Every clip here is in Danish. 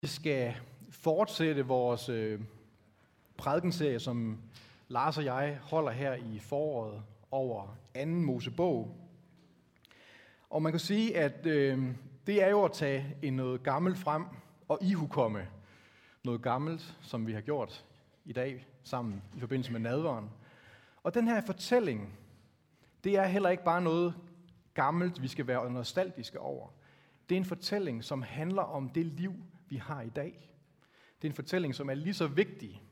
Vi skal fortsætte vores prædikenserie, som Lars og jeg holder her i foråret over 2. Mosebog. Og man kan sige, at det er jo at tage noget gammelt frem og ihukomme noget gammelt, som vi har gjort i dag sammen i forbindelse med nadveren. Og den her fortælling, det er heller ikke bare noget gammelt, vi skal være nostalgiske over. Det er en fortælling, som handler om det liv, vi har i dag. Det er en fortælling, som er lige så vigtig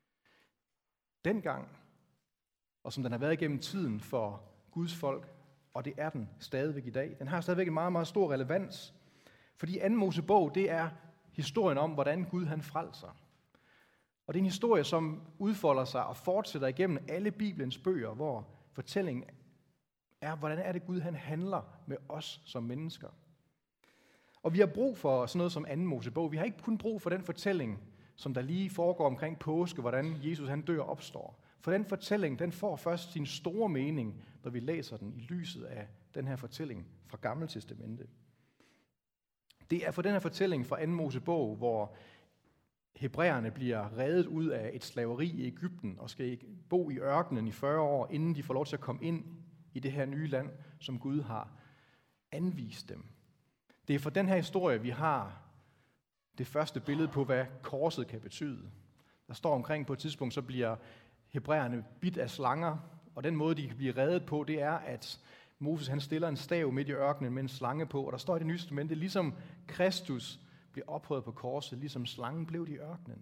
dengang, og som den har været igennem tiden for Guds folk, og det er den stadigvæk i dag. Den har stadigvæk en meget, meget stor relevans, fordi 2. Mosebog, det er historien om, hvordan Gud han frelser. Og det er en historie, som udfolder sig og fortsætter igennem alle Bibelens bøger, hvor fortællingen er, hvordan er det Gud han handler med os som mennesker. Og vi har brug for sådan noget som 2. Mosebog. Vi har ikke kun brug for den fortælling, som der lige foregår omkring påske, hvordan Jesus han dør og opstår. For den fortælling, den får først sin store mening, når vi læser den i lyset af den her fortælling fra Gamle Testamente. Det er for den her fortælling fra 2. Mosebog, hvor hebræerne bliver reddet ud af et slaveri i Egypten og skal bo i ørkenen i 40 år, inden de får lov til at komme ind i det her nye land, som Gud har anvist dem. Det er for den her historie, vi har det første billede på, hvad korset kan betyde. Der står omkring på et tidspunkt, så bliver hebræerne bidt af slanger, og den måde, de kan blive reddet på, det er, at Moses han stiller en stav midt i ørkenen med en slange på, og der står i det nye testamente, ligesom Kristus blev ophøjet på korset, ligesom slangen blev det i ørkenen.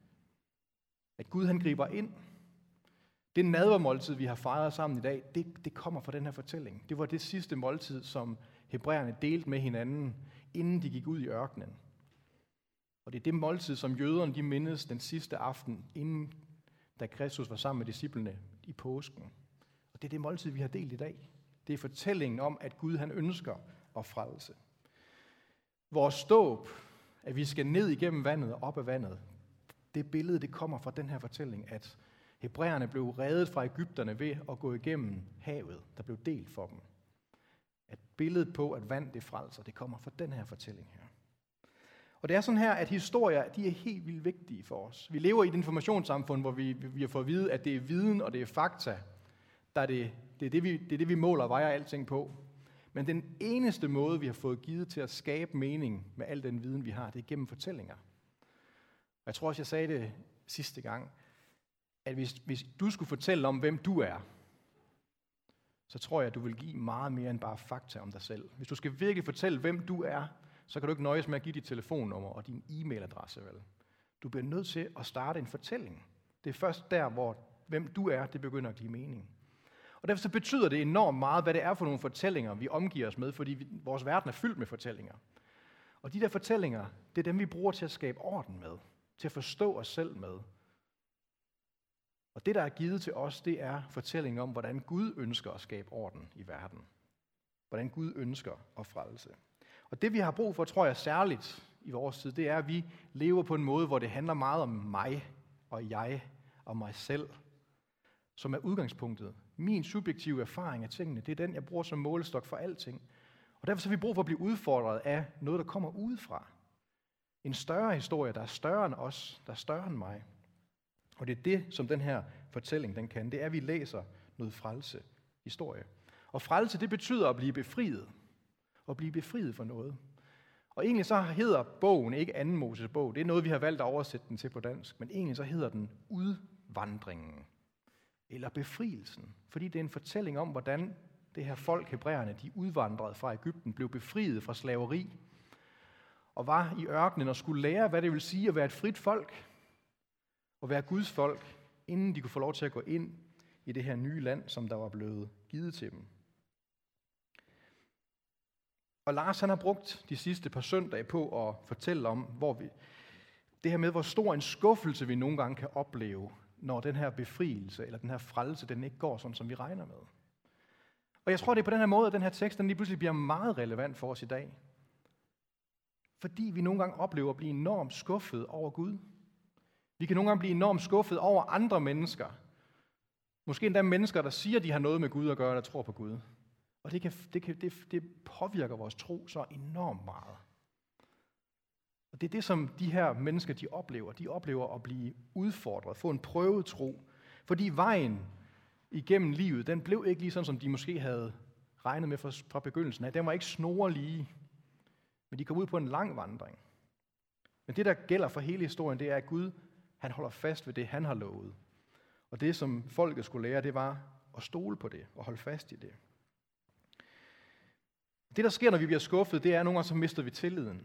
At Gud han griber ind. Det nadvermåltid, vi har fejret sammen i dag, det kommer fra den her fortælling. Det var det sidste måltid, som hebræerne delte med hinanden, inden de gik ud i ørkenen. Og det er det måltid, som jøderne de mindes den sidste aften, inden da Kristus var sammen med disciplene i påsken. Og det er det måltid, vi har delt i dag. Det er fortællingen om, at Gud han ønsker at frelse. Vores dåb, at vi skal ned igennem vandet og op af vandet, det billede, det kommer fra den her fortælling, at hebræerne blev reddet fra egypterne ved at gå igennem havet, der blev delt for dem. At billedet på, at vand det frelser, det kommer fra den her fortælling her. Og det er sådan her, at historier, de er helt vildt vigtige for os. Vi lever i et informationssamfund, hvor vi har fået at vide, at det er viden og det er fakta, det er det, vi måler og vejer alting på. Men den eneste måde, vi har fået givet til at skabe mening med al den viden, vi har, det er gennem fortællinger. Og jeg tror også, jeg sagde det sidste gang, at hvis du skulle fortælle om, hvem du er, så tror jeg, at du vil give meget mere end bare fakta om dig selv. Hvis du skal virkelig fortælle, hvem du er, så kan du ikke nøjes med at give dit telefonnummer og din e-mailadresse, vel? Du bliver nødt til at starte en fortælling. Det er først der, hvor hvem du er, det begynder at give mening. Og derfor så betyder det enormt meget, hvad det er for nogle fortællinger, vi omgiver os med, fordi vores verden er fyldt med fortællinger. Og de der fortællinger, det er dem, vi bruger til at skabe orden med, til at forstå os selv med. Og det, der er givet til os, det er fortællingen om, hvordan Gud ønsker at skabe orden i verden. Hvordan Gud ønsker at frelse. Og det, vi har brug for, tror jeg særligt i vores tid, det er, at vi lever på en måde, hvor det handler meget om mig og jeg og mig selv, som er udgangspunktet. Min subjektive erfaring af tingene, det er den, jeg bruger som målestok for alting. Og derfor har vi brug for at blive udfordret af noget, der kommer udefra. En større historie, der er større end os, der er større end mig. Og det er det, som den her fortælling den kan. Det er, at vi læser noget frelse historie. Og frelse, det betyder at blive befriet. At blive befriet for noget. Og egentlig så hedder bogen ikke 2. Mosebog. Det er noget, vi har valgt at oversætte den til på dansk. Men egentlig så hedder den udvandringen. Eller befrielsen. Fordi det er en fortælling om, hvordan det her folk, hebræerne, de udvandrede fra Egypten, blev befriet fra slaveri. Og var i ørkenen og skulle lære, hvad det vil sige at være et frit folk. Og være Guds folk, inden de kunne få lov til at gå ind i det her nye land, som der var blevet givet til dem. Og Lars han har brugt de sidste par søndage på at fortælle om, det her med, hvor stor en skuffelse vi nogle gange kan opleve, når den her befrielse eller den her frelse, den ikke går sådan, som vi regner med. Og jeg tror, det er på den her måde, at den her tekst den lige pludselig bliver meget relevant for os i dag. Fordi vi nogle gange oplever at blive enormt skuffet over Gud. Vi kan nogle gange blive enormt skuffet over andre mennesker. Måske endda mennesker, der siger, at de har noget med Gud at gøre, der tror på Gud. Og det påvirker vores tro så enormt meget. Og det er det, som de her mennesker, de oplever. De oplever at blive udfordret, få en prøvetro. Fordi vejen igennem livet, den blev ikke lige sådan, som de måske havde regnet med fra begyndelsen af. Den var ikke snorelige, men de kom ud på en lang vandring. Men det, der gælder for hele historien, det er, at Gud, han holder fast ved det, han har lovet. Og det, som folket skulle lære, det var at stole på det og holde fast i det. Det, der sker, når vi bliver skuffet, det er, at nogle gange så mister vi tilliden.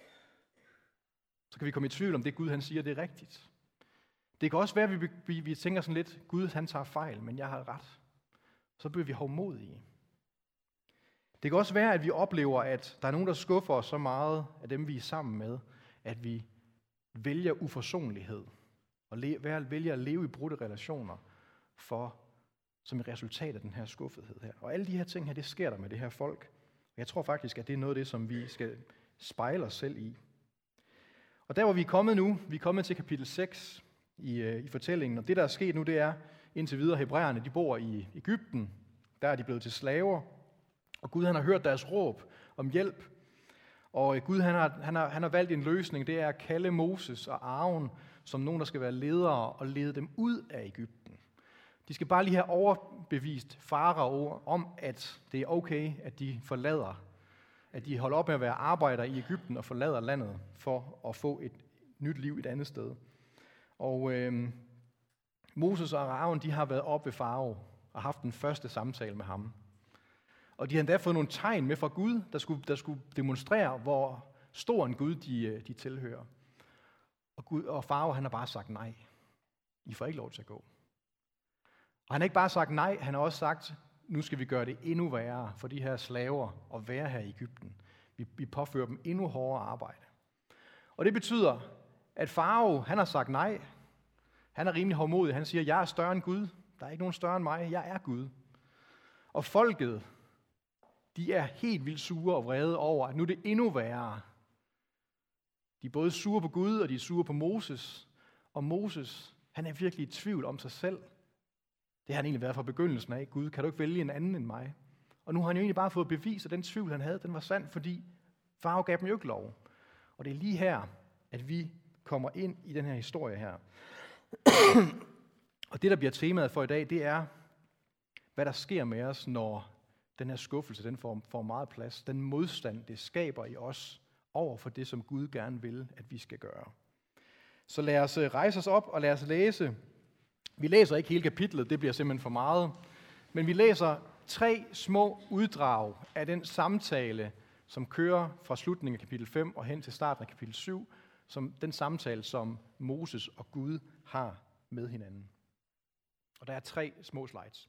Så kan vi komme i tvivl om det, Gud han siger, det er rigtigt. Det kan også være, at vi tænker sådan lidt, Gud han tager fejl, men jeg har ret. Så bliver vi hovmodige. Det kan også være, at vi oplever, at der er nogen, der skuffer os så meget af dem, vi er sammen med, at vi vælger uforsonlighed og vælger at leve i brudte relationer som et resultat af den her skuffethed her. Og alle de her ting her, det sker der med det her folk. Og jeg tror faktisk, at det er noget af det, som vi skal spejle os selv i. Og der, hvor vi er kommet nu, vi er kommet til kapitel 6 i fortællingen, og det, der er sket nu, det er indtil videre hebræerne, de bor i Egypten, der er de blevet til slaver, og Gud han har hørt deres råb om hjælp, og Gud han har valgt en løsning, det er at kalde Moses og Aaron som nogen, der skal være ledere og lede dem ud af Egypten. De skal bare lige have overbevist farao om, at det er okay, at de holder op med at være arbejdere i Egypten og forlader landet for at få et nyt liv et andet sted. Og Moses og Aaron, de har været oppe ved farao og haft den første samtale med ham. Og de har endda fået nogle tegn med fra Gud, der skulle demonstrere, hvor stor en Gud de tilhører. Og farao, han har bare sagt nej. I får ikke lov til at gå. Og han har ikke bare sagt nej, han har også sagt, nu skal vi gøre det endnu værre for de her slaver at være her i Egypten. Vi påfører dem endnu hårdere arbejde. Og det betyder, at farao, han har sagt nej. Han er rimelig hårdmodig. Han siger, jeg er større end Gud. Der er ikke nogen større end mig. Jeg er Gud. Og folket, de er helt vildt sure og vrede over, at nu er det endnu værre. De er både sure på Gud, og de er sure på Moses. Og Moses, han er virkelig i tvivl om sig selv. Det har han egentlig været fra begyndelsen af. Gud, kan du ikke vælge en anden end mig? Og nu har han jo egentlig bare fået bevis, at den tvivl, han havde, den var sand, fordi farao gav dem jo ikke lov. Og det er lige her, at vi kommer ind i den her historie her. Og det, der bliver temaet for i dag, det er, hvad der sker med os, når den her skuffelse, den får meget plads. Den modstand, det skaber i os over for det, som Gud gerne vil, at vi skal gøre. Så lad os rejse os op, og lad os læse. Vi læser ikke hele kapitlet, det bliver simpelthen for meget. Men vi læser 3 små uddrag af den samtale, som kører fra slutningen af kapitel 5 og hen til starten af kapitel 7, som den samtale, som Moses og Gud har med hinanden. Og der er 3 små slides.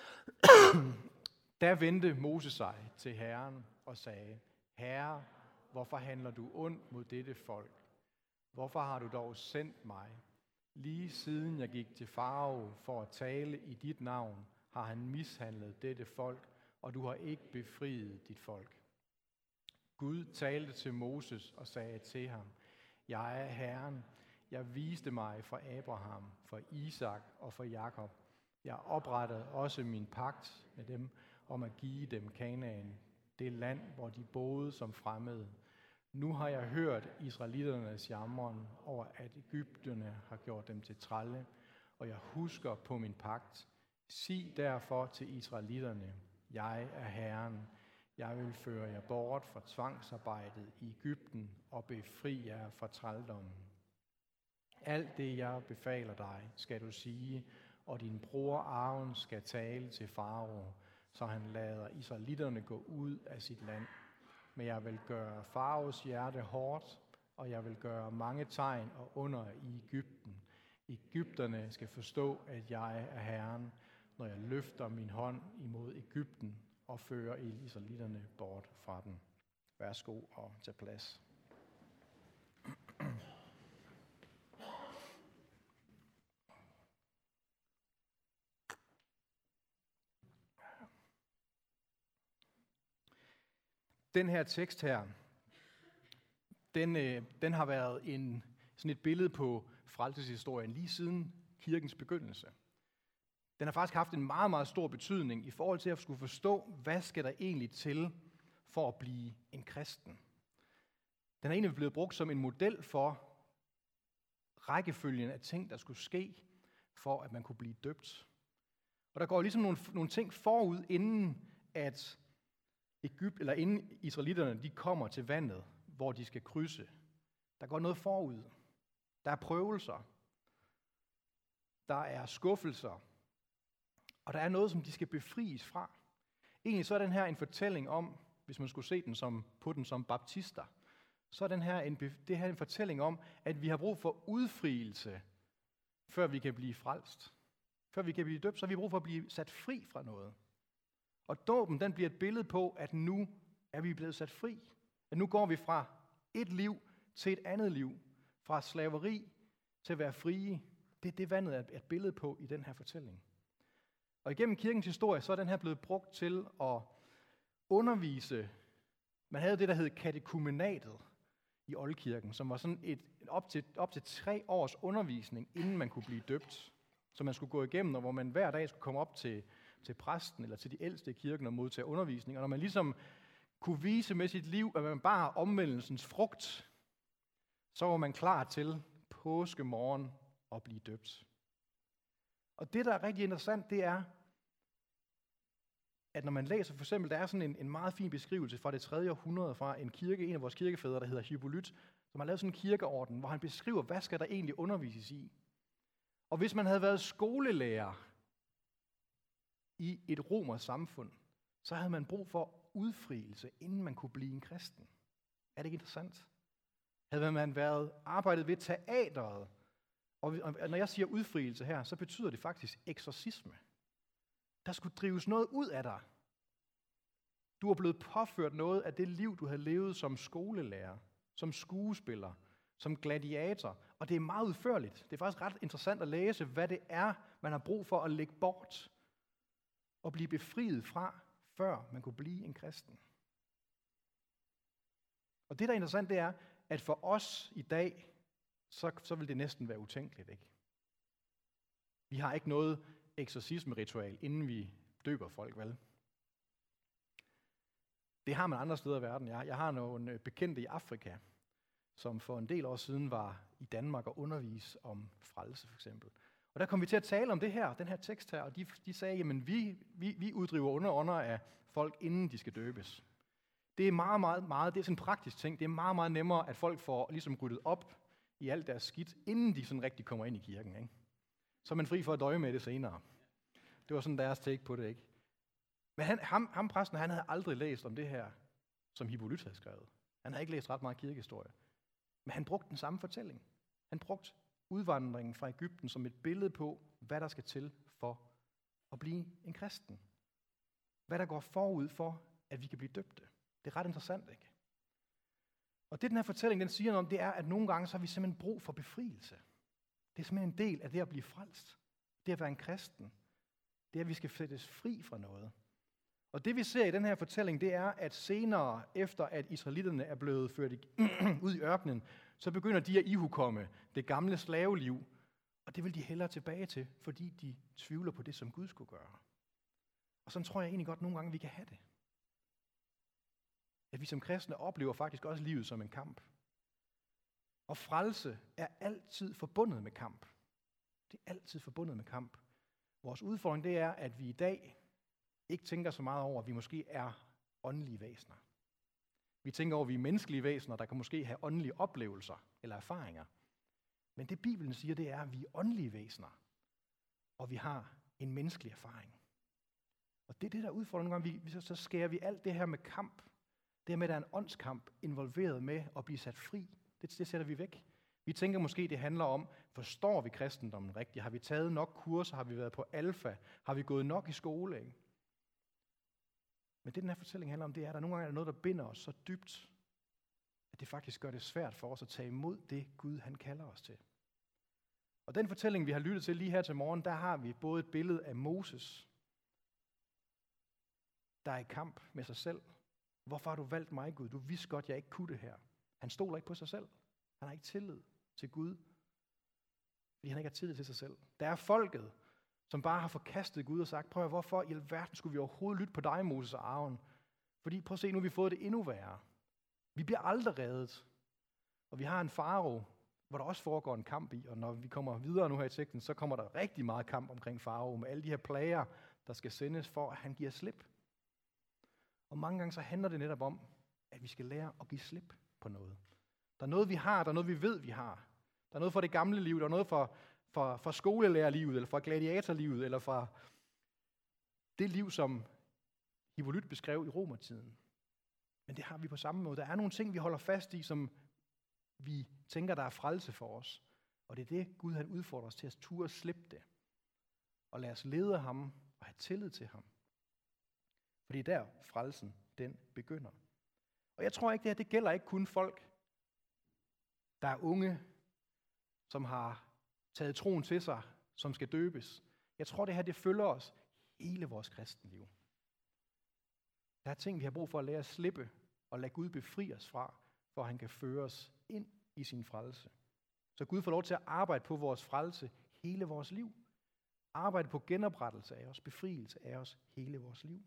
Der vendte Moses sig til Herren og sagde, Herre, hvorfor handler du ondt mod dette folk? Hvorfor har du dog sendt mig? Lige siden jeg gik til farao for at tale i dit navn, har han mishandlet dette folk, og du har ikke befriet dit folk. Gud talte til Moses og sagde til ham, jeg er Herren, jeg viste mig for Abraham, for Isak og for Jakob. Jeg oprettede også min pagt med dem om at give dem Kanaan, det land, hvor de boede som fremmede. Nu har jeg hørt israeliternes jammeren over, at Egypterne har gjort dem til trælle, og jeg husker på min pagt. Sig derfor til israelitterne, jeg er Herren. Jeg vil føre jer bort fra tvangsarbejdet i Egypten og befri jer fra trældommen. Alt det, jeg befaler dig, skal du sige, og din bror Aaron skal tale til farao, så han lader israelitterne gå ud af sit land. Men jeg vil gøre faraos hjerte hårdt, og jeg vil gøre mange tegn og under i Egypten. Egypterne skal forstå, at jeg er Herren, når jeg løfter min hånd imod Egypten og fører israelitterne bort fra den. Værsgo og tag plads. Den her tekst her, den har været sådan et billede på frelseshistorien lige siden kirkens begyndelse. Den har faktisk haft en meget, meget stor betydning i forhold til at skulle forstå, hvad skal der egentlig til for at blive en kristen. Den er egentlig blevet brugt som en model for rækkefølgen af ting, der skulle ske, for at man kunne blive døbt. Og der går ligesom nogle ting forud, inden at inden israelitterne de kommer til vandet, hvor de skal krydse. Der går noget forud. Der er prøvelser. Der er skuffelser. Og der er noget, som de skal befries fra. Egentlig så er den her en fortælling om, hvis man skulle se på den som baptister, så er det her en fortælling om, at vi har brug for udfrielse, før vi kan blive frelst. Før vi kan blive døbt, så har vi brug for at blive sat fri fra noget. Og dåben, den bliver et billede på, at nu er vi blevet sat fri. At nu går vi fra et liv til et andet liv. Fra slaveri til at være frie. Det er det, vandet er et billede på i den her fortælling. Og igennem kirkens historie, så er den her blevet brugt til at undervise. Man havde det, der hed katekumenatet i oldkirken, som var sådan op til 3 års undervisning, inden man kunne blive døbt. Som man skulle gå igennem, og hvor man hver dag skulle komme op til præsten eller til de ældste i kirken og modtage undervisning. Og når man ligesom kunne vise med sit liv, at man bar omvendelsens frugt, så var man klar til påskemorgen at blive døbt. Og det, der er rigtig interessant, det er, at når man læser for eksempel, der er sådan en meget fin beskrivelse fra det 3. århundrede fra en af vores kirkefædre, der hedder Hippolyt, som har lavet sådan en kirkeorden, hvor han beskriver, hvad skal der egentlig undervises i. Og hvis man havde været skolelærer i et romersk samfund, så havde man brug for udfrielse, inden man kunne blive en kristen. Er det ikke interessant? Havde man været arbejdet ved teateret, og når jeg siger udfrielse her, så betyder det faktisk eksorcisme. Der skulle drives noget ud af dig. Du er blevet påført noget af det liv, du havde levet som skolelærer, som skuespiller, som gladiator. Og det er meget udførligt. Det er faktisk ret interessant at læse, hvad det er, man har brug for at lægge bort og blive befriet fra, før man kunne blive en kristen. Og det, der er interessant, det er, at for os i dag, så vil det næsten være utænkeligt, ikke? Vi har ikke noget eksorcisme-ritual, inden vi døber folk, vel? Det har man andre steder i verden. Jeg har nogle bekendte i Afrika, som for en del år siden var i Danmark og undervise om frelse, for eksempel. Og der kom vi til at tale om det her, den her tekst her, og de sagde, jamen vi uddriver ånder af folk, inden de skal døbes. Det er meget, det er sådan en praktisk ting. Det er meget, meget nemmere, at folk får ligesom ryddet op i alt deres skidt, inden de sådan rigtig kommer ind i kirken, ikke? Så er man fri for at døje med det senere. Det var sådan deres take på det, ikke? Men ham præsten, han havde aldrig læst om det her, som Hippolyt havde skrevet. Han havde ikke læst ret meget kirkehistorie. Men han brugte den samme fortælling. Han brugte udvandringen fra Egypten som et billede på, hvad der skal til for at blive en kristen. Hvad der går forud for, at vi kan blive døbte. Det er ret interessant, ikke? Og det, den her fortælling, den siger noget om, det er, at nogle gange så har vi simpelthen brug for befrielse. Det er simpelthen en del af det at blive frelst. Det at være en kristen. Det er, at vi skal sættes fri fra noget. Og det, vi ser i den her fortælling, det er, at senere, efter at israelitterne er blevet ført ud i ørkenen, så begynder de at ihukomme det gamle slaveliv. Og det vil de hellere tilbage til, fordi de tvivler på det, som Gud skulle gøre. Og sådan tror jeg egentlig godt nogle gange, vi kan have det. At vi som kristne oplever faktisk også livet som en kamp. Og frelse er altid forbundet med kamp. Det er altid forbundet med kamp. Vores udfordring, det er, at vi i dag ikke tænker så meget over, at vi måske er åndelige væsener. Vi tænker over, at vi er menneskelige væsener, der kan måske have åndelige oplevelser eller erfaringer. Men det Bibelen siger, det er, at vi er åndelige væsener, og vi har en menneskelig erfaring. Og det er det, der udfordrer nogle gange. Så skærer vi alt det her med kamp, det her med, at der er en åndskamp involveret med at blive sat fri. Det sætter vi væk. Vi tænker måske, det handler om, forstår vi kristendommen rigtigt? Har vi taget nok kurser? Har vi været på alfa? Har vi gået nok i skole? Ikke? Men det, den her fortælling handler om, det er, at der nogle gange er noget, der binder os så dybt, at det faktisk gør det svært for os at tage imod det, Gud han kalder os til. Og den fortælling, vi har lyttet til lige her til morgen, der har vi både et billede af Moses, der er i kamp med sig selv. Hvorfor har du valgt mig, Gud? Du vidste godt, jeg ikke kunne det her. Han stoler ikke på sig selv. Han har ikke tillid til Gud, fordi han ikke har tillid til sig selv. Der er folket, som bare har forkastet Gud og sagt, prøv at hvorfor i alverden skulle vi overhovedet lytte på dig, Moses og Aaron? Fordi prøv at se, nu har vi fået det endnu værre. Vi bliver aldrig reddet. Og vi har en farao, hvor der også foregår en kamp i, og når vi kommer videre nu her i teksten, så kommer der rigtig meget kamp omkring farao, med alle de her plager, der skal sendes for, at han giver slip. Og mange gange så handler det netop om, at vi skal lære at give slip på noget. Der er noget, vi har, der er noget, vi ved, vi har. Der er noget fra det gamle liv, der er noget fra skolelærerlivet, eller fra gladiatorlivet, eller fra det liv, som Hippolyt beskrev i romertiden. Men det har vi på samme måde. Der er nogle ting, vi holder fast i, som vi tænker, der er frelse for os. Og det er det, Gud han udfordrer os til at turde slippe det. Og lade os lede ham og have tillid til ham. For det er der frelsen, den begynder. Og jeg tror ikke, det gælder ikke kun folk, der er unge, som har taget troen til sig, som skal døbes. Jeg tror, det følger os hele vores kristenliv. Der er ting, vi har brug for at lære at slippe og lade Gud befri os fra, for at han kan føre os ind i sin frelse. Så Gud får lov til at arbejde på vores frelse hele vores liv. Arbejde på genoprettelse af os, befrielse af os hele vores liv.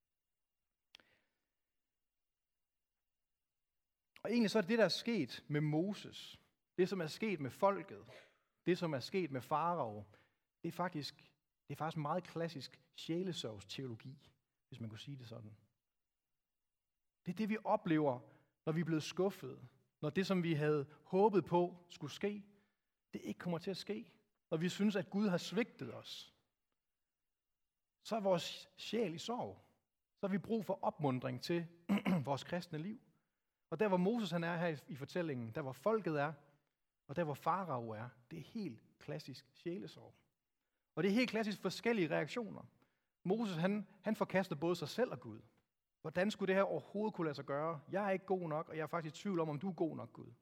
Og egentlig så er det der er sket med Moses, det som er sket med folket, det som er sket med farao, det er faktisk meget klassisk sjælesørgsteologi, hvis man kunne sige det sådan. Det er det, vi oplever, når vi er blevet skuffet, når det, som vi havde håbet på skulle ske, det ikke kommer til at ske. Når vi synes, at Gud har svigtet os, så er vores sjæl i sorg. Så har vi brug for opmuntring til vores kristne liv. Og der, hvor Moses han er her i fortællingen, der hvor folket er, og der hvor farao er, det er helt klassisk sjælesorg. Og det er helt klassisk forskellige reaktioner. Moses han forkaster både sig selv og Gud. Hvordan skulle det her overhovedet kunne lade sig gøre? Jeg er ikke god nok, og jeg er faktisk i tvivl om du er god nok, Gud.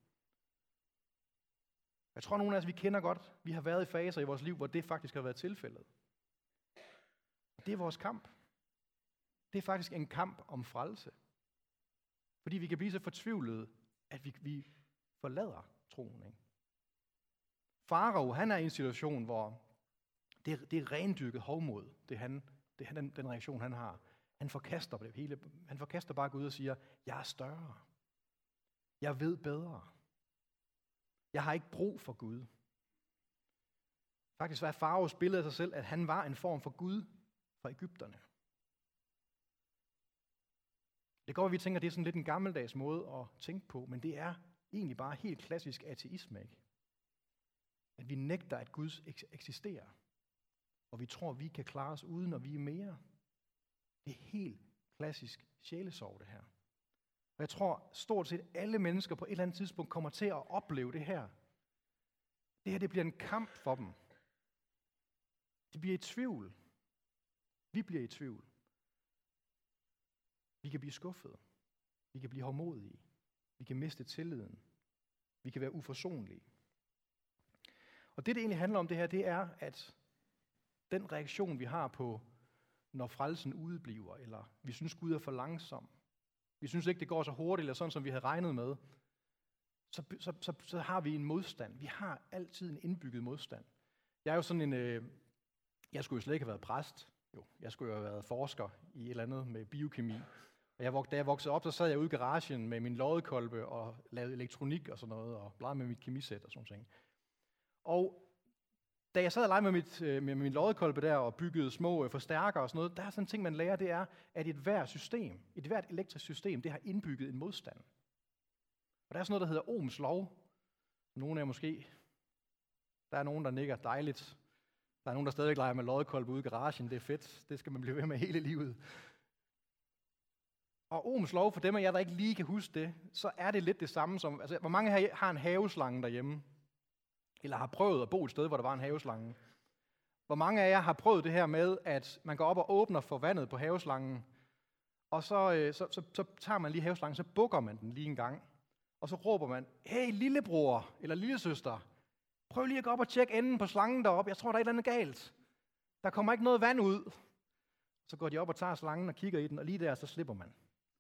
Jeg tror, nogle af os, vi kender godt, vi har været i faser i vores liv, hvor det faktisk har været tilfældet. Det er vores kamp. Det er faktisk en kamp om frelse. Fordi vi kan blive så fortvivlede, at vi forlader troen. Ikke? Farao, han er i en situation, hvor det er rendyrket hovmod, den reaktion, han har. Han forkaster det hele. Han forkaster bare Gud og siger, jeg er større. Jeg ved bedre. Jeg har ikke brug for Gud. Faktisk var Faraos billede af sig selv, at han var en form for Gud fra Egypterne. Det går, at vi tænker, at det er sådan lidt en gammeldags måde at tænke på, men det er egentlig bare helt klassisk ateisme, ikke? At vi nægter, at Gud eksisterer, og vi tror, at vi kan klare os uden, og vi er mere. Det er helt klassisk sjælesorg, det her. Og jeg tror, stort set alle mennesker på et eller andet tidspunkt kommer til at opleve det her. Det her, det bliver en kamp for dem. De bliver i tvivl. Vi bliver i tvivl. Vi kan blive skuffede. Vi kan blive hårdmodige. Vi kan miste tilliden. Vi kan være uforsonlige. Og det egentlig handler om det her, det er, at den reaktion, vi har på, når frelsen udebliver, eller vi synes, Gud er for langsom, vi synes ikke, det går så hurtigt, eller sådan, som vi havde regnet med, så har vi en modstand. Vi har altid en indbygget modstand. Jeg er jo sådan jeg skulle jo slet ikke have været præst. Jo, jeg skulle jo have været forsker i et eller andet med biokemi. Og da jeg voksede op, så sad jeg ude i garagen med min loddekolbe og lavede elektronik og sådan noget, og legede med mit kemisæt og sådan noget. Og da jeg sad og legede med min loddekolbe der og byggede små forstærkere og sådan noget, der er sådan en ting, man lærer, det er, at et hvert elektrisk system, det har indbygget en modstand. Og der er sådan noget, der hedder Ohms lov. Nogle af jer måske, der er nogen, der nikker dejligt. Der er nogen, der stadigvæk leger med loddekolbe ude i garagen. Det er fedt. Det skal man blive ved med hele livet. Og Ohms lov, for dem af jer, der ikke lige kan huske det, så er det lidt det samme som, altså hvor mange her har en haveslange derhjemme? Eller har prøvet at bo et sted, hvor der var en haveslange? Hvor mange af jer har prøvet det her med, at man går op og åbner for vandet på haveslangen, og så tager man lige haveslangen, så bukker man den lige en gang, og så råber man, hey lillebror eller lillesøster, prøv lige at gå op og tjekke enden på slangen deroppe, jeg tror, der er et eller andet galt. Der kommer ikke noget vand ud. Så går de op og tager slangen og kigger i den, og lige der, så slipper man.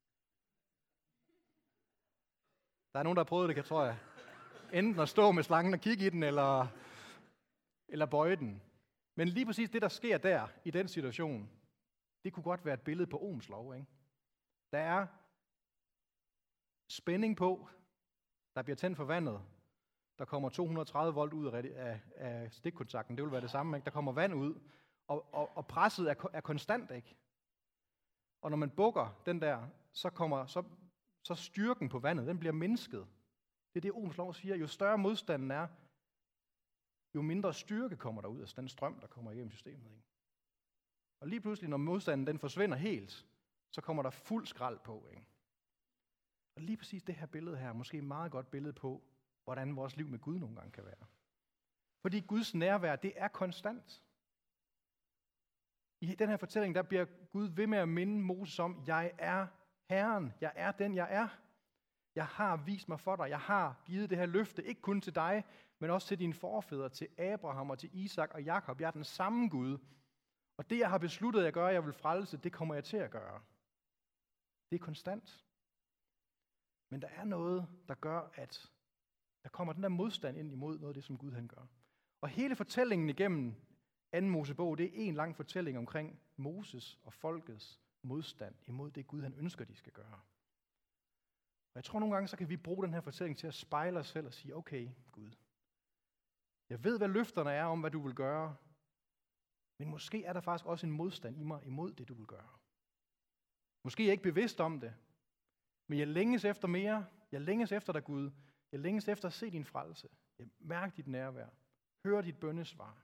Der er nogen, der har prøvet det, tror jeg. Enten at stå med slangen og kigge i den, eller bøje den. Men lige præcis det, der sker der, i den situation, det kunne godt være et billede på Ohms lov, ikke? Der er spænding på, Der bliver tændt for vandet. Der kommer 230 volt ud af stikkontakten. Det vil være det samme, ikke? Der kommer vand ud, og presset er konstant, ikke? Og når man bukker den der, så styrken på vandet, den bliver mindsket. Det er det, Ohms lov siger. Jo større modstanden er, jo mindre styrke kommer der ud af den strøm, der kommer igennem systemet, ikke? Og lige pludselig, når modstanden den forsvinder helt, så kommer der fuld skrald på, ikke? Og lige præcis det her billede her, måske et meget godt billede på, hvordan vores liv med Gud nogle gange kan være. Fordi Guds nærvær, det er konstant. I den her fortælling, der bliver Gud ved med at minde Moses om, jeg er Herren, jeg er den, jeg er. Jeg har vist mig for dig, jeg har givet det her løfte, ikke kun til dig, men også til dine forfædre, til Abraham og til Isak og Jakob. Jeg er den samme Gud. Og det, jeg har besluttet at gøre, jeg vil frelse, det kommer jeg til at gøre. Det er konstant. Men der er noget, der gør, at der kommer den der modstand ind imod noget af det, som Gud han gør. Og hele fortællingen igennem 2. Mosebog, det er en lang fortælling omkring Moses og folkets modstand imod det Gud han ønsker, de skal gøre. Og jeg tror nogle gange, så kan vi bruge den her fortælling til at spejle os selv og sige, okay Gud, jeg ved, hvad løfterne er om, hvad du vil gøre, men måske er der faktisk også en modstand i mig imod det, du vil gøre. Måske er jeg ikke bevidst om det, men jeg længes efter mere. Jeg længes efter dig, Gud. Jeg længes efter at se din frelse. Jeg mærker dit nærvær. Hør dit bønnesvar.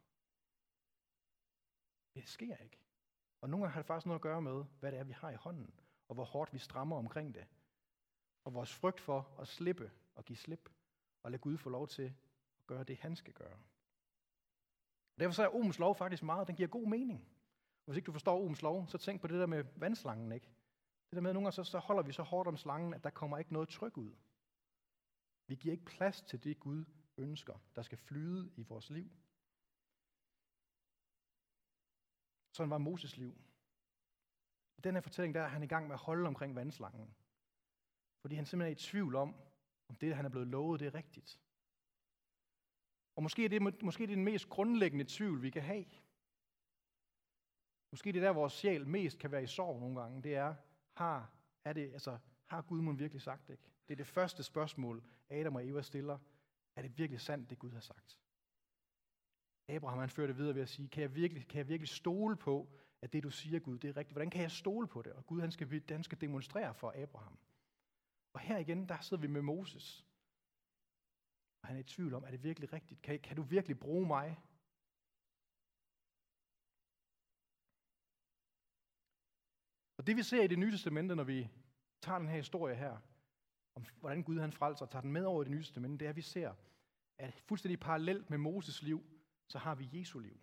Det sker ikke. Og nogle gange har det faktisk noget at gøre med, hvad det er, vi har i hånden, og hvor hårdt vi strammer omkring det. Og vores frygt for at slippe og give slip, og lade Gud få lov til at gøre det, han skal gøre. Derfor så er Ohms lov faktisk meget, den giver god mening. Og hvis ikke du forstår Ohms lov, så tænk på det der med vandslangen, ikke? Det der med, at nogle gange så holder vi så hårdt om slangen, at der kommer ikke noget tryk ud. Vi giver ikke plads til det, Gud ønsker, der skal flyde i vores liv. Sådan var Moses liv. I den her fortælling, der er han i gang med at holde omkring vandslangen. Fordi han simpelthen er i tvivl om det, han er blevet lovet, det er rigtigt. Og måske er det den mest grundlæggende tvivl, vi kan have. Måske det der, vores sjæl mest kan være i sorg nogle gange, det er, har Gud mon virkelig sagt det? Ikke? Det er det første spørgsmål, Adam og Eva stiller. Er det virkelig sandt, det Gud har sagt? Abraham han fører det videre ved at sige, kan jeg virkelig stole på, at det du siger, Gud, det er rigtigt? Hvordan kan jeg stole på det? Og Gud han skal demonstrere for Abraham. Og her igen, der sidder vi med Moses. Og han er i tvivl om, er det virkelig rigtigt? Kan du virkelig bruge mig? Og det vi ser i Det Nye Testamente, når vi tager den her historie her, om hvordan Gud han frelser og tager den med over i Det Nye Testamente, det er, at vi ser, at fuldstændig parallelt med Moses liv, så har vi Jesu liv.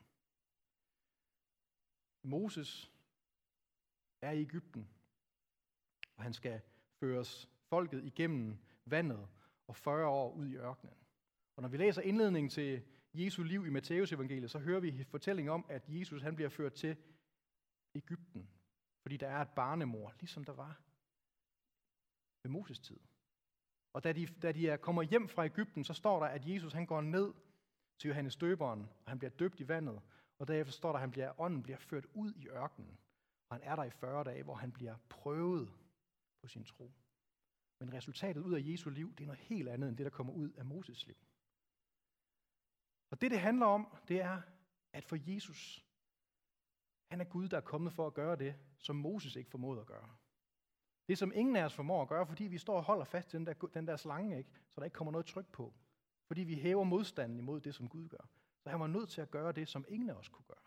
Moses er i Egypten, og han skal føres folket igennem vandet og 40 år ud i ørkenen. Og når vi læser indledningen til Jesu liv i Matteus evangeliet, så hører vi fortællingen om, at Jesus han bliver ført til Egypten, fordi der er et barnemor, ligesom der var ved Moses tid. Og da de kommer hjem fra Egypten, så står der, at Jesus han går ned til Johannes Døberen, og han bliver døbt i vandet, og derefter står der, at ånden bliver ført ud i ørkenen, og han er der i 40 dage, hvor han bliver prøvet på sin tro. Men resultatet ud af Jesu liv, det er noget helt andet, end det, der kommer ud af Moses liv. Og det handler om, det er, at for Jesus, han er Gud, der er kommet for at gøre det, som Moses ikke formåede at gøre. Det, som ingen af os formår at gøre, fordi vi står og holder fast til den der slange, ikke? Så der ikke kommer noget tryk på. Fordi vi hæver modstanden imod det, som Gud gør. Så han var nødt til at gøre det, som ingen af os kunne gøre.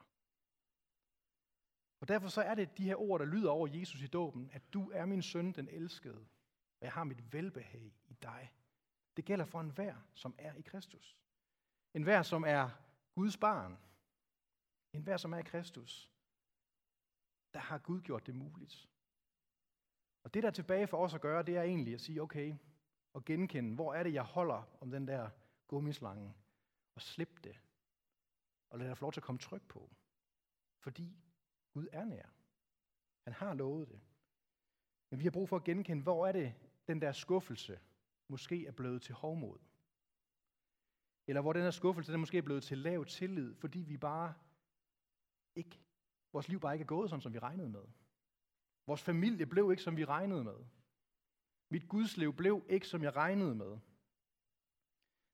Og derfor så er det de her ord, der lyder over Jesus i dåben, at du er min søn, den elskede, og jeg har mit velbehag i dig. Det gælder for enhver, som er i Kristus. Enhver, som er Guds barn. Enhver, som er i Kristus. Der har Gud gjort det muligt. Og det, der er tilbage for os at gøre, det er egentlig at sige, okay, og genkende, hvor er det, jeg holder om den der gummislange, og slip det, og lad dig få lov til at komme tryk på. Fordi Gud er nær. Han har lovet det. Men vi har brug for at genkende, hvor er det, den der skuffelse måske er blevet til hovmod. Eller hvor den her skuffelse, den måske er blevet til lav tillid, fordi vi bare ikke, vores liv bare ikke er gået sådan, som vi regnede med. Vores familie blev ikke, som vi regnede med. Mit gudsliv blev ikke, som jeg regnede med.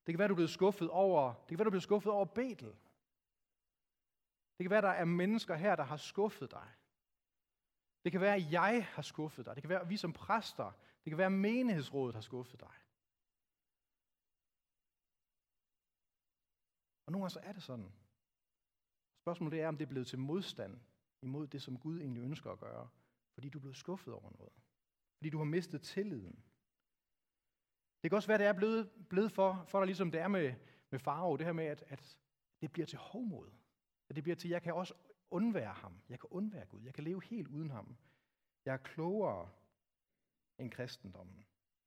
Det kan være, du er blevet skuffet over Betel. Det kan være, der er mennesker her, der har skuffet dig. Det kan være, at jeg har skuffet dig. Det kan være, at vi som præster, det kan være, at menighedsrådet har skuffet dig. Og nogle gange så er det sådan. Spørgsmålet er, om det er blevet til modstand imod det, som Gud egentlig ønsker at gøre. Fordi du er blevet skuffet over noget. Fordi du har mistet tilliden. Det kan også være, at det er blevet for dig, ligesom det er med Farao. Det her med, at det bliver til hovmod. At det bliver til, jeg kan også undvære ham. Jeg kan undvære Gud. Jeg kan leve helt uden ham. Jeg er klogere end kristendommen.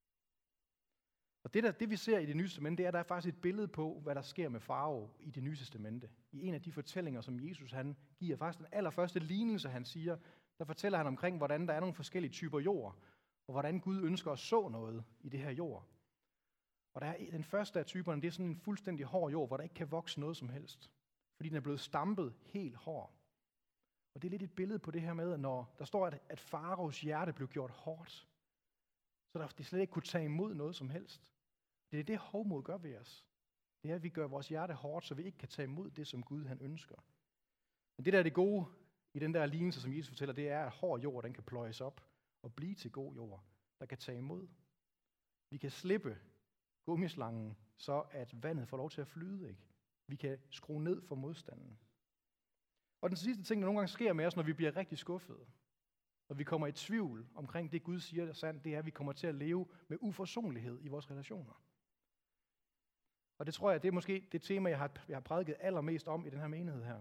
Og det vi ser i Det Nye Testamente, det er, at der er faktisk et billede på, hvad der sker med Farao i Det Nye Testamente. I en af de fortællinger, som Jesus han giver, faktisk den allerførste lignelse, han siger, der fortæller han omkring, hvordan der er nogle forskellige typer jord, og hvordan Gud ønsker at så noget i det her jord. Og der er den første af typerne, det er sådan en fuldstændig hård jord, hvor der ikke kan vokse noget som helst, fordi den er blevet stampet helt hård. Og det er lidt et billede på det her med, når der står, at Faraos hjerte blev gjort hårdt, så det slet ikke kunne tage imod noget som helst. Det er det, hovmod gør ved os. Det er, at vi gør vores hjerte hårdt, så vi ikke kan tage imod det, som Gud han ønsker. Men det der er det gode i den der lignelse, som Jesus fortæller, det er, at hård jord, den kan pløjes op og blive til god jord, der kan tage imod. Vi kan slippe gummislangen, så at vandet får lov til at flyde, ikke? Vi kan skrue ned for modstanden. Og den sidste ting, der nogle gange sker med os, når vi bliver rigtig skuffede, når vi kommer i tvivl omkring det, Gud siger er sandt, det er, at vi kommer til at leve med uforsonlighed i vores relationer. Og det tror jeg, det er måske det tema, jeg har prædiket allermest om i den her menighed her.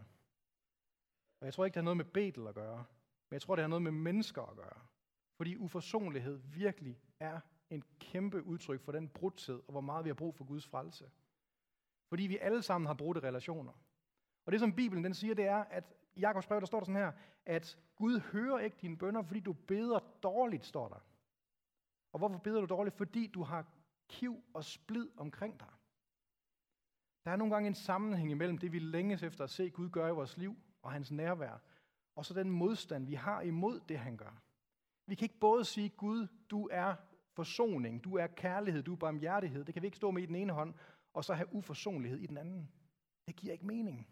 Og jeg tror ikke, det har noget med Betel at gøre, men jeg tror, det har noget med mennesker at gøre. Fordi uforsonlighed virkelig er en kæmpe udtryk for den brudthed, og hvor meget vi har brug for Guds frelse. Fordi vi alle sammen har brudte relationer. Og det, som Bibelen den siger, det er, at i Jakobs brev, der står der sådan her, at Gud hører ikke dine bønner, fordi du beder dårligt, står der. Og hvorfor beder du dårligt? Fordi du har kiv og splid omkring dig. Der er nogle gange en sammenhæng imellem det, vi længes efter at se Gud gøre i vores liv og hans nærvær, og så den modstand, vi har imod det, han gør. Vi kan ikke både sige, Gud, du er forsoning, du er kærlighed, du er barmhjertighed. Det kan vi ikke stå med i den ene hånd, og så have uforsonlighed i den anden. Det giver ikke mening.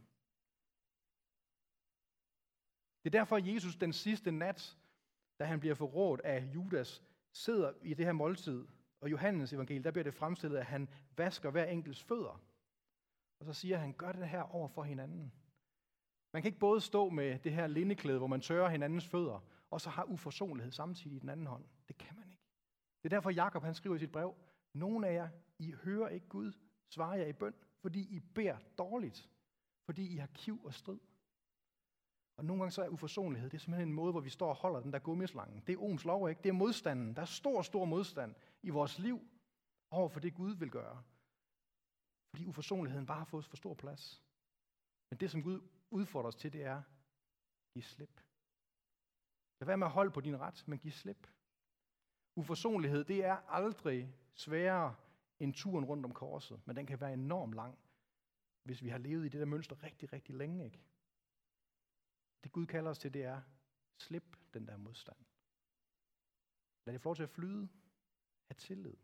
Det er derfor, at Jesus den sidste nat, da han bliver forrådt af Judas, sidder i det her måltid, og Johannes evangeliet, der bliver det fremstillet, at han vasker hver enkelts fødder. Og så siger han, gør det her over for hinanden. Man kan ikke både stå med det her lindeklæde, hvor man tørrer hinandens fødder, og så har uforsonlighed samtidig i den anden hånd. Det kan man ikke. Det er derfor, Jakob han skriver i sit brev, nogle af jer, I hører ikke Gud, svarer jeg i bøn, fordi I beder dårligt, fordi I har kiv og strid. Og nogle gange så er uforsonlighed, det er simpelthen en måde, hvor vi står og holder den der gummislange. Det er Ohms lov, ikke? Det er modstanden. Der er stor modstand i vores liv over for det, Gud vil gøre. Fordi uforsonligheden bare har fået for stor plads. Men det, som Gud udfordrer os til, det er, giv slip. Lad være med at holde på din ret, men giv slip. Uforsonlighed, det er aldrig sværere end turen rundt om korset, men den kan være enormt lang, hvis vi har levet i det der mønster rigtig, rigtig længe, ikke? Det Gud kalder os til, det er, slip den der modstand. Lad det få lov til at flyde. Ha' tillid.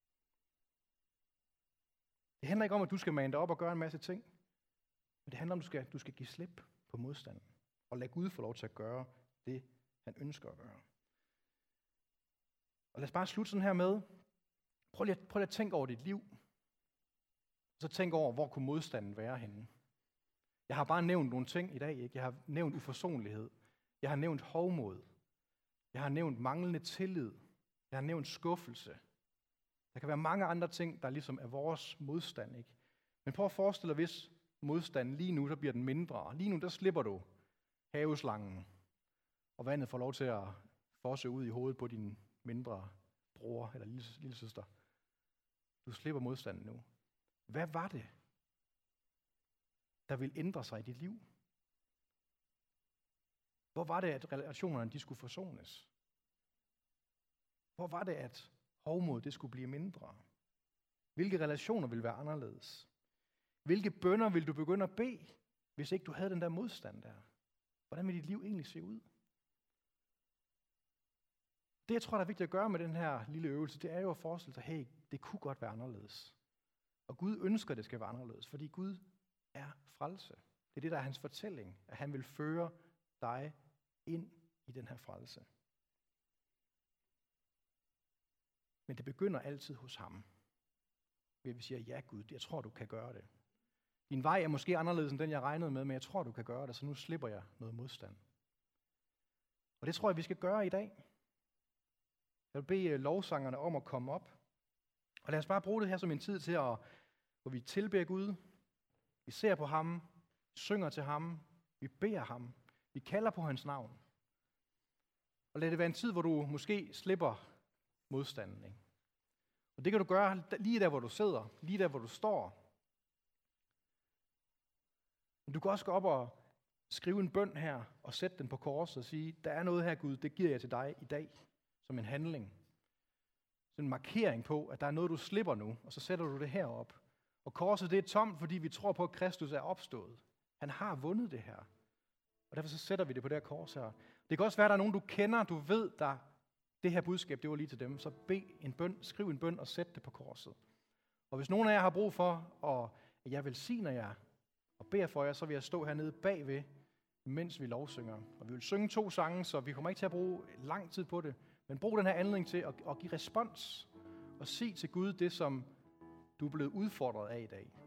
Det handler ikke om, at du skal mane dig op og gøre en masse ting, men det handler om, at du skal give slip på modstanden, og lade Gud få lov til at gøre det, han ønsker at gøre. Og lad os bare slutte sådan her med, prøv lige at tænke over dit liv, og så tænk over, hvor kunne modstanden være henne. Jeg har bare nævnt nogle ting i dag, ikke? Jeg har nævnt uforsonlighed, jeg har nævnt hovmod, jeg har nævnt manglende tillid, jeg har nævnt skuffelse. Der kan være mange andre ting, der ligesom er vores modstand, ikke? Men prøv at forestille dig, hvis modstanden lige nu, så bliver den mindre. Lige nu, der slipper du haveslangen, og vandet får lov til at fosse ud i hovedet på din mindre bror eller lille søster. Du slipper modstanden nu. Hvad var det, der ville ændre sig i dit liv? Hvor var det, at relationerne de skulle forsones? Hvor var det, at hovmod det skulle blive mindre? Hvilke relationer ville være anderledes? Hvilke bønner ville du begynde at bede, hvis ikke du havde den der modstand der? Hvordan ville dit liv egentlig se ud? Det, jeg tror, der er vigtigt at gøre med den her lille øvelse, det er jo at forestille sig, hey, det kunne godt være anderledes. Og Gud ønsker, at det skal være anderledes, fordi Gud er frelse. Det er det, der er hans fortælling, at han vil føre dig ind i den her frelse. Men det begynder altid hos ham. Vi siger, ja Gud, jeg tror, du kan gøre det. Din vej er måske anderledes end den, jeg regnede med, men jeg tror, du kan gøre det, så nu slipper jeg noget modstand. Og det tror jeg, vi skal gøre i dag. Jeg vil bede lovsangerne om at komme op. Og lad os bare bruge det her som en tid til, hvor vi tilbeder Gud. Vi ser på ham, synger til ham, vi beder ham, vi kalder på hans navn. Og lad det være en tid, hvor du måske slipper modstanden. Ikke? Og det kan du gøre lige der, hvor du sidder, lige der, hvor du står. Men du kan også gå op og skrive en bøn her, og sætte den på korset og sige, der er noget her, Gud, det giver jeg til dig i dag, som en handling. Sådan en markering på, at der er noget, du slipper nu, og så sætter du det herop. Og korset, det er tomt, fordi vi tror på, at Kristus er opstået. Han har vundet det her. Og derfor så sætter vi det på det her kors her. Det kan også være, at der er nogen, du kender, du ved, der det her budskab, det var lige til dem. Så bed en bøn, skriv en bøn og sæt det på korset. Og hvis nogen af jer har brug for, at jeg velsigner jer og beder for jer, så vil jeg stå hernede bagved, mens vi lovsynger. Og vi vil synge 2 sange, så vi kommer ikke til at bruge lang tid på det. Men brug den her anledning til at give respons og sig til Gud det, som du er blevet udfordret af i dag.